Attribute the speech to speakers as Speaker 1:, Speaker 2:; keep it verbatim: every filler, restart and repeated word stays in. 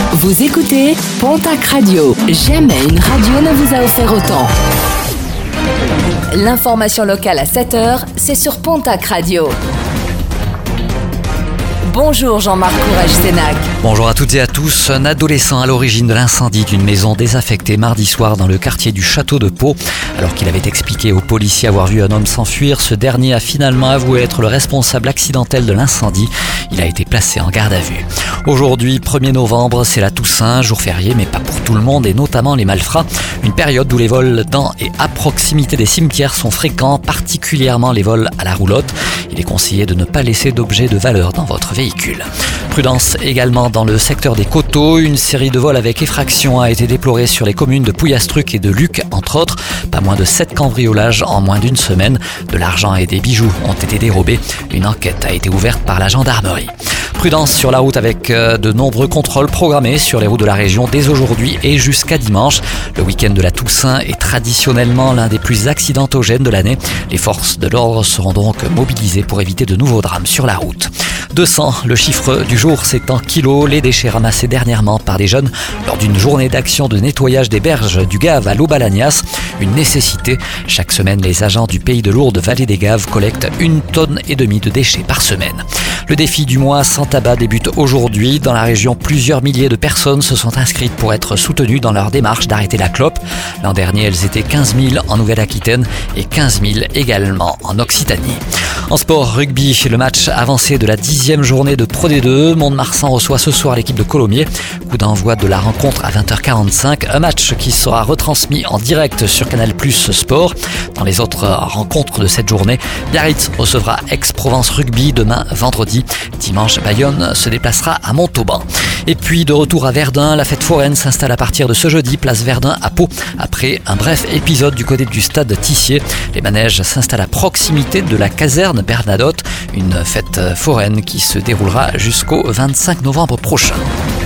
Speaker 1: Vous écoutez Pontac Radio. Jamais une radio ne vous a offert autant. L'information locale à sept heures, c'est sur Pontac Radio. Bonjour Jean-Marc Courage-Sénac.
Speaker 2: Bonjour à toutes et à tous. Un adolescent à l'origine de l'incendie d'une maison désaffectée mardi soir dans le quartier du Château de Pau. Alors qu'il avait expliqué aux policiers avoir vu un homme s'enfuir, ce dernier a finalement avoué être le responsable accidentel de l'incendie. Il a été placé en garde à vue. Aujourd'hui, premier novembre, c'est la Toussaint, jour férié, mais pas pour tout le monde et notamment les malfrats. Une période où les vols dans et à proximité des cimetières sont fréquents, particulièrement les vols à la roulotte. Il est conseillé de ne pas laisser d'objets de valeur dans votre véhicule. Prudence également dans le secteur des Coteaux. Une série de vols avec effraction a été déplorée sur les communes de Pouillastruc et de Luc, entre autres. Pas moins de sept cambriolages en moins d'une semaine. De l'argent et des bijoux ont été dérobés. Une enquête a été ouverte par la gendarmerie. Prudence sur la route avec de nombreux contrôles programmés sur les routes de la région dès aujourd'hui et jusqu'à dimanche. Le week-end de la Toussaint est traditionnellement l'un des plus accidentogènes de l'année. Les forces de l'ordre seront donc mobilisées pour éviter de nouveaux drames sur la route. deux cents, le chiffre du jour, c'est en kilos. Les déchets ramassés dernièrement par des jeunes lors d'une journée d'action de nettoyage des berges du Gave à l'Aubalagnas. Une nécessité. Chaque semaine, les agents du Pays de Lourdes Vallée des Gaves collectent une tonne et demie de déchets par semaine. Le défi du mois sans tabac débute aujourd'hui. Dans la région, plusieurs milliers de personnes se sont inscrites pour être soutenues dans leur démarche d'arrêter la clope. L'an dernier, elles étaient quinze mille en Nouvelle-Aquitaine et quinze mille également en Occitanie. En sport, rugby, le match avancé de la dixième journée de Pro D deux. Mont-de-Marsan reçoit ce soir l'équipe de Colomiers. Coup d'envoi de la rencontre à vingt heures quarante-cinq. Un match qui sera retransmis en direct sur Canal plus Sport. Dans les autres rencontres de cette journée, Biarritz recevra Aix-Provence Rugby demain vendredi. Dimanche, Bayonne se déplacera à Montauban. Et puis de retour à Verdun, la fête foraine s'installe à partir de ce jeudi, place Verdun à Pau. Après un bref épisode du côté du stade Tissier, les manèges s'installent à proximité de la caserne Bernadotte. Une fête foraine qui se déroulera jusqu'au vingt-cinq novembre prochain.